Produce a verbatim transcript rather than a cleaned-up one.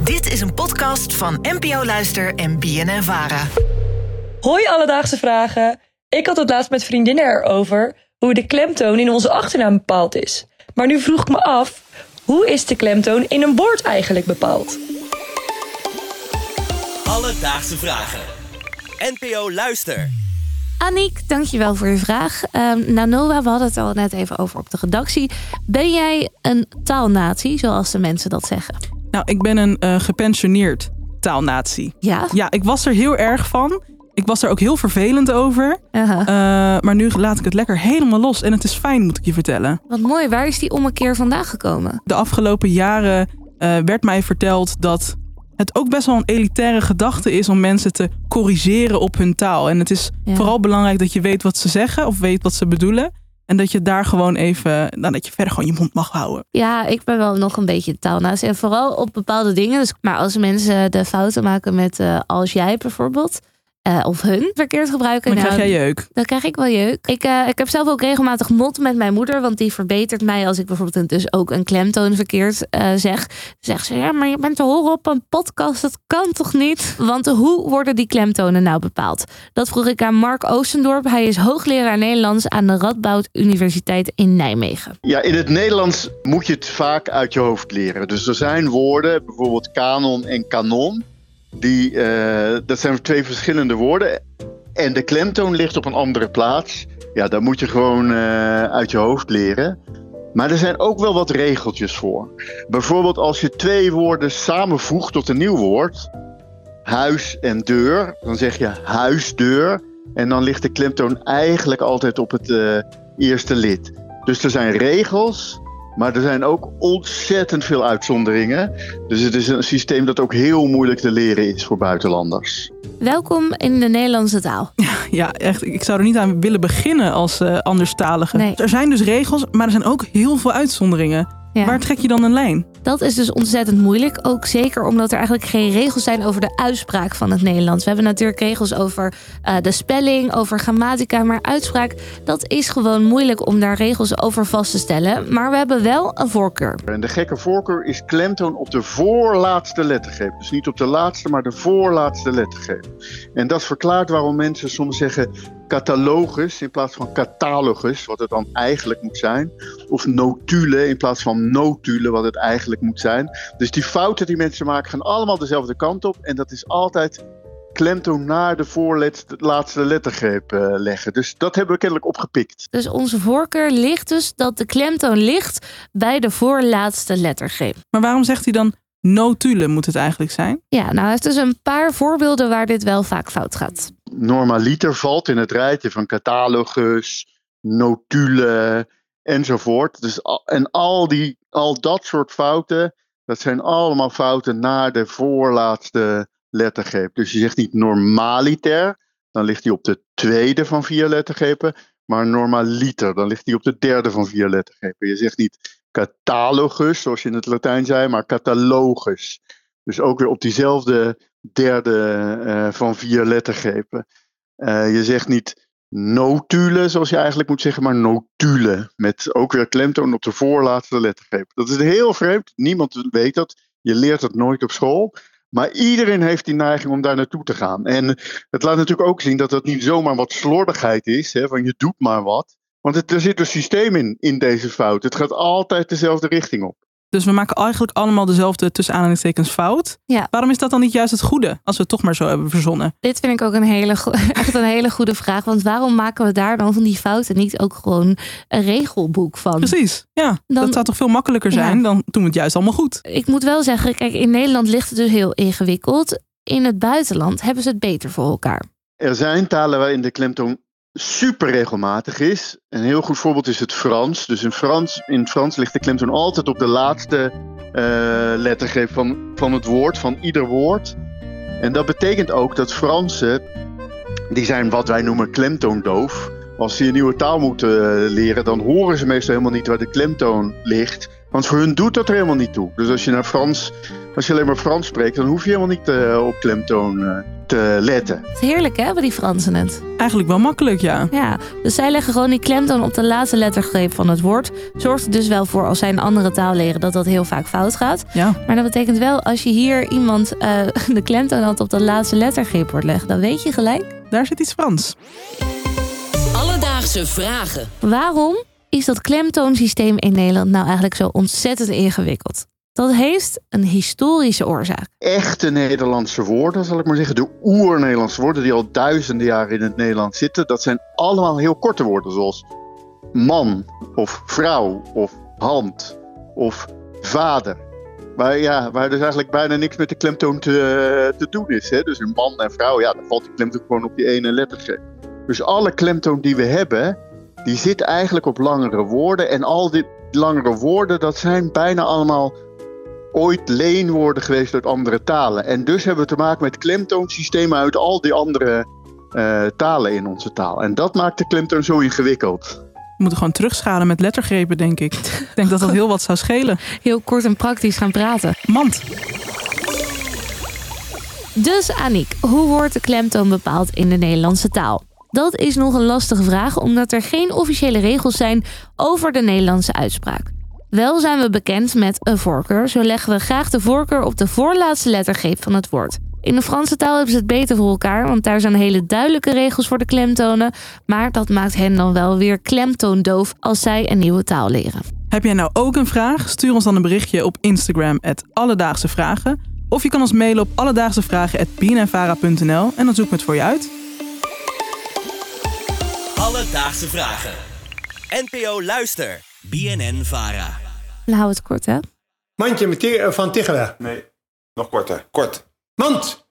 Dit is een podcast van N P O Luister en B N N Vara. Hoi Alledaagse Vragen. Ik had het laatst met vriendinnen erover hoe de klemtoon in onze achternaam bepaald is. Maar nu vroeg ik me af, hoe is de klemtoon in een woord eigenlijk bepaald? Alledaagse Vragen. N P O Luister. Aniek, dankjewel voor je vraag. Um, nou Noah, we hadden het al net even over op de redactie. Ben jij een taalnatie, zoals de mensen dat zeggen? Nou, ik ben een uh, gepensioneerd taalnatie. Ja? Ja, ik was er heel erg van. Ik was er ook heel vervelend over. Uh-huh. Uh, maar nu laat ik het lekker helemaal los. En het is fijn, moet ik je vertellen. Wat mooi, waar is die ommekeer vandaan gekomen? De afgelopen jaren uh, werd mij verteld dat het ook best wel een elitaire gedachte is om mensen te corrigeren op hun taal. En het is ja. vooral belangrijk dat je weet wat ze zeggen of weet wat ze bedoelen. En dat je daar gewoon even, nou, dat je verder gewoon je mond mag houden. Ja, ik ben wel nog een beetje taalnatie. En vooral op bepaalde dingen. Dus, maar als mensen de fouten maken met uh, als jij bijvoorbeeld. Uh, of hun verkeerd gebruiken. Dan nou, krijg jij jeuk. Dan krijg ik wel jeuk. Ik, uh, ik heb zelf ook regelmatig mot met mijn moeder. Want die verbetert mij als ik bijvoorbeeld dus ook een klemtoon verkeerd uh, zeg. Dan zegt ze, ja, maar je bent te horen op een podcast. Dat kan toch niet? Want hoe worden die klemtonen nou bepaald? Dat vroeg ik aan Mark Oostendorp. Hij is hoogleraar Nederlands aan de Radboud Universiteit in Nijmegen. Ja, in het Nederlands moet je het vaak uit je hoofd leren. Dus er zijn woorden, bijvoorbeeld kanon en kanon. Die, uh, dat zijn twee verschillende woorden. En de klemtoon ligt op een andere plaats. Ja, dat moet je gewoon uh, uit je hoofd leren. Maar er zijn ook wel wat regeltjes voor. Bijvoorbeeld als je twee woorden samenvoegt tot een nieuw woord. Huis en deur. Dan zeg je huisdeur. En dan ligt de klemtoon eigenlijk altijd op het uh, eerste lid. Dus er zijn regels. Maar er zijn ook ontzettend veel uitzonderingen. Dus het is een systeem dat ook heel moeilijk te leren is voor buitenlanders. Welkom in de Nederlandse taal. Ja, ja echt. Ik zou er niet aan willen beginnen als uh, anderstalige. Nee. Er zijn dus regels, maar er zijn ook heel veel uitzonderingen. Ja. Waar trek je dan een lijn? Dat is dus ontzettend moeilijk. Ook zeker omdat er eigenlijk geen regels zijn over de uitspraak van het Nederlands. We hebben natuurlijk regels over uh, de spelling, over grammatica. Maar uitspraak, dat is gewoon moeilijk om daar regels over vast te stellen. Maar we hebben wel een voorkeur. En de gekke voorkeur is klemtoon op de voorlaatste lettergreep. Dus niet op de laatste, maar de voorlaatste lettergreep. En dat verklaart waarom mensen soms zeggen catalogus in plaats van catalogus, wat het dan eigenlijk moet zijn. Of notule in plaats van notule, wat het eigenlijk moet zijn. Dus die fouten die mensen maken gaan allemaal dezelfde kant op. En dat is altijd klemtoon naar de voorlaatste lettergreep uh, leggen. Dus dat hebben we kennelijk opgepikt. Dus onze voorkeur ligt dus dat de klemtoon ligt bij de voorlaatste lettergreep. Maar waarom zegt hij dan notule moet het eigenlijk zijn? Ja, nou hij heeft dus een paar voorbeelden waar dit wel vaak fout gaat. Normaliter valt in het rijtje van catalogus, notule enzovoort. Dus, en al, die, al dat soort fouten, dat zijn allemaal fouten naar de voorlaatste lettergreep. Dus je zegt niet normaliter, dan ligt hij op de tweede van vier lettergrepen. Maar normaliter, dan ligt hij op de derde van vier lettergrepen. Je zegt niet catalogus, zoals je in het Latijn zei, maar catalogus. Dus ook weer op diezelfde derde uh, van vier lettergrepen. Uh, je zegt niet notule, zoals je eigenlijk moet zeggen, maar notule. Met ook weer klemtoon op de voorlaatste lettergreep. Dat is heel vreemd. Niemand weet dat. Je leert het nooit op school. Maar iedereen heeft die neiging om daar naartoe te gaan. En het laat natuurlijk ook zien dat het niet zomaar wat slordigheid is. Hè, van je doet maar wat. Want het, er zit een systeem in, in deze fout. Het gaat altijd dezelfde richting op. Dus we maken eigenlijk allemaal dezelfde tussen aanhalingstekens fout. Ja. Waarom is dat dan niet juist het goede, als we het toch maar zo hebben verzonnen? Dit vind ik ook een hele, go- echt een hele goede vraag. Want waarom maken we daar dan van die fouten niet ook gewoon een regelboek van? Precies, ja. Dan, dat zou toch veel makkelijker zijn, ja. Dan doen we het juist allemaal goed. Ik moet wel zeggen, kijk, in Nederland ligt het dus heel ingewikkeld. In het buitenland hebben ze het beter voor elkaar. Er zijn talen waarin de klemtoon super regelmatig is. Een heel goed voorbeeld is het Frans. Dus in Frans, in het Frans ligt de klemtoon altijd op de laatste uh, lettergreep van, van het woord, van ieder woord. En dat betekent ook dat Fransen, die zijn wat wij noemen klemtoondoof. Als ze een nieuwe taal moeten uh, leren, dan horen ze meestal helemaal niet waar de klemtoon ligt. Want voor hun doet dat er helemaal niet toe. Dus als je naar Frans Als je alleen maar Frans spreekt, dan hoef je helemaal niet uh, op klemtoon uh, te letten. Het is heerlijk, hè, bij die Fransen het. Eigenlijk wel makkelijk, ja. Ja, dus zij leggen gewoon die klemtoon op de laatste lettergreep van het woord. Zorgt er dus wel voor, als zij een andere taal leren, dat dat heel vaak fout gaat. Ja. Maar dat betekent wel, als je hier iemand uh, de klemtoon had op de laatste lettergreep wordt leggen, dan weet je gelijk. Daar zit iets Frans. Alledaagse vragen. Waarom is dat klemtoonsysteem in Nederland nou eigenlijk zo ontzettend ingewikkeld? Dat heeft een historische oorzaak. Echte Nederlandse woorden, zal ik maar zeggen. De oer-Nederlandse woorden die al duizenden jaren in het Nederlands zitten. Dat zijn allemaal heel korte woorden. Zoals man of vrouw of hand of vader. Waar, ja, waar dus eigenlijk bijna niks met de klemtoon te, te doen is. Hè? Dus een man en vrouw, ja, dan valt die klemtoon gewoon op die ene lettergreep. Dus alle klemtoon die we hebben, die zit eigenlijk op langere woorden. En al die langere woorden, dat zijn bijna allemaal ooit leenwoorden geweest uit andere talen. En dus hebben we te maken met klemtoonsystemen uit al die andere uh, talen in onze taal. En dat maakt de klemtoon zo ingewikkeld. We moeten gewoon terugschalen met lettergrepen, denk ik. Ik denk dat dat heel wat zou schelen. Heel kort en praktisch gaan praten. Mand. Dus Aniek, hoe wordt de klemtoon bepaald in de Nederlandse taal? Dat is nog een lastige vraag, omdat er geen officiële regels zijn over de Nederlandse uitspraak. Wel zijn we bekend met een voorkeur. Zo leggen we graag de voorkeur op de voorlaatste lettergreep van het woord. In de Franse taal hebben ze het beter voor elkaar, want daar zijn hele duidelijke regels voor de klemtonen. Maar dat maakt hen dan wel weer klemtoondoof als zij een nieuwe taal leren. Heb jij nou ook een vraag? Stuur ons dan een berichtje op Instagram at Alledaagse Vragen. Of je kan ons mailen op alledaagsevragen at b n n vara punt n l en dan zoeken we het voor je uit. Alledaagse vragen. N P O Luister. B N N Vara. Nou, hou het kort, hè? Mandje van Tichelen. Nee, nog korter. Kort. Mand!